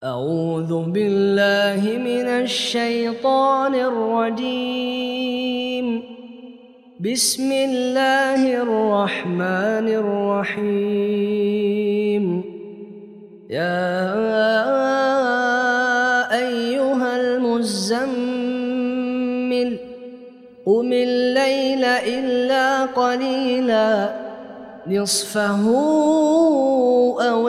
أعوذ بالله من الشيطان الرجيم. بسم الله الرحمن الرحيم. يا أيها المزمل قم الليل إلا قليلا نصفه أو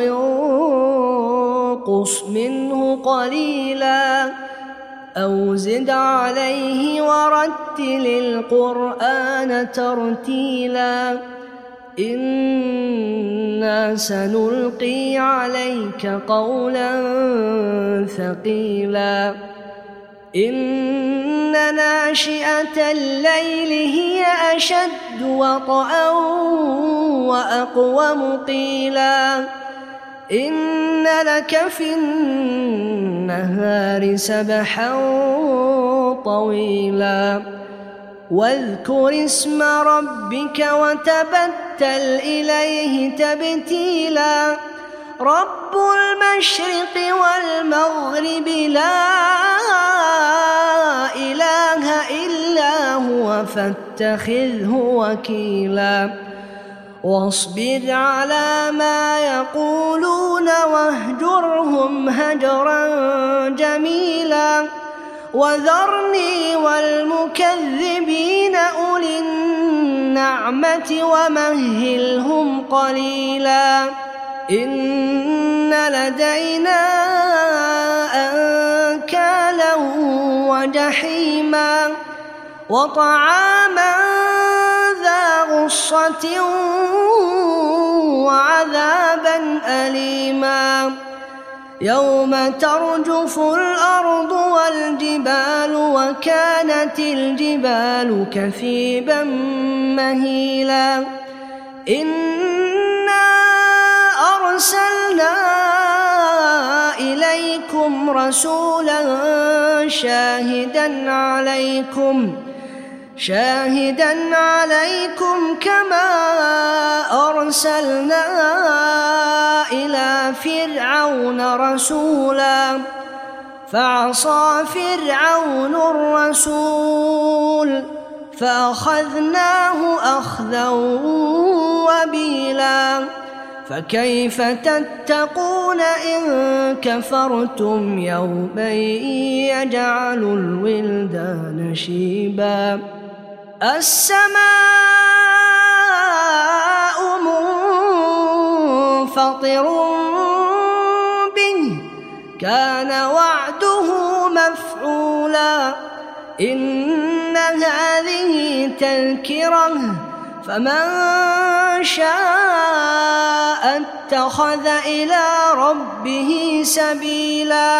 انقص منه قليلا أو زد عليه ورتل القرآن ترتيلا إنا سنلقي عليك قولا ثقيلا إن ناشئة الليل هي أشد وطئا وأقوم قيلا إن لك في النهار سبحا طويلا واذكر اسم ربك وتبتل إليه تبتيلا رب المشرق والمغرب لا إله إلا هو فاتخذه وكيلا واصبر على ما يقولون واهجرهم هجرا جميلا وذرني والمكذبين أولي النعمة ومهلهم قليلا إن لدينا أنكالا وجحيما وطعاما ذا غصة وعذابا أليما يوم ترجف الأرض والجبال وكانت الجبال كثيبا مهيلا إنا أرسلنا إليكم رسولا شاهدا عليكم كما أرسلنا إلى فرعون رسولا فعصى فرعون الرسول فأخذناه أخذا وبيلا فكيف تتقون إن كفرتم يوما يجعل الولدان شيبا السماء منفطر به كان وعده مفعولا إن هذه تذكرة فمن شاء اتخذ إلى ربه سبيلا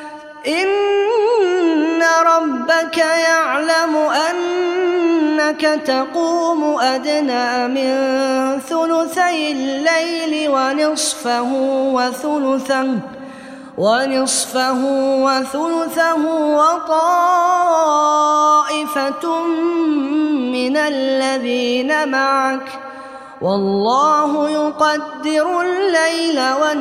إن ربك يعلم أنك تقوم أدنى من ثلثي الليل ونصفه وثلثه وطائفة من الذين معك والله يقدر الليل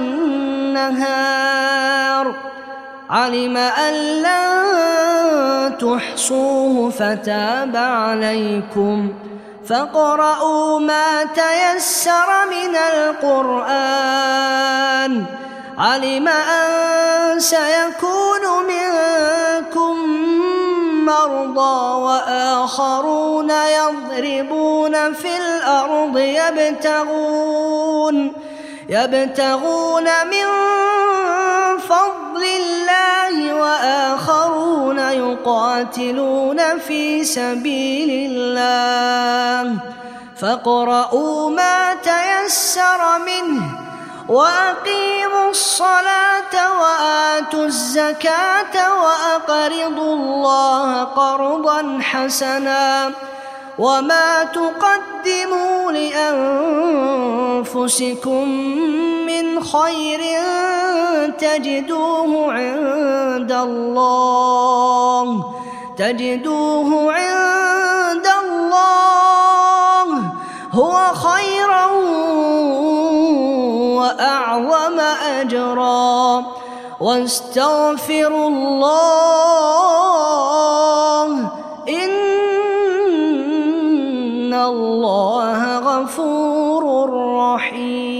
والنهار علم أن لن تحصوه فتاب عليكم فاقرؤوا ما تيسر من القرآن علم أن سيكون منكم مرضى وآخرون يضربون في الأرض يبتغون من فضل الله وآخرون يقاتلون في سبيل الله فاقرؤوا ما تيسر منه وأقيموا الصلاة وآتوا الزكاة وأقرضوا الله قرضا حسنا وما تقدموا لأنفسكم من خير تجدوه عند الله هو خيرا وأعظم أجرا واستغفروا الله إن الله غفور رحيم.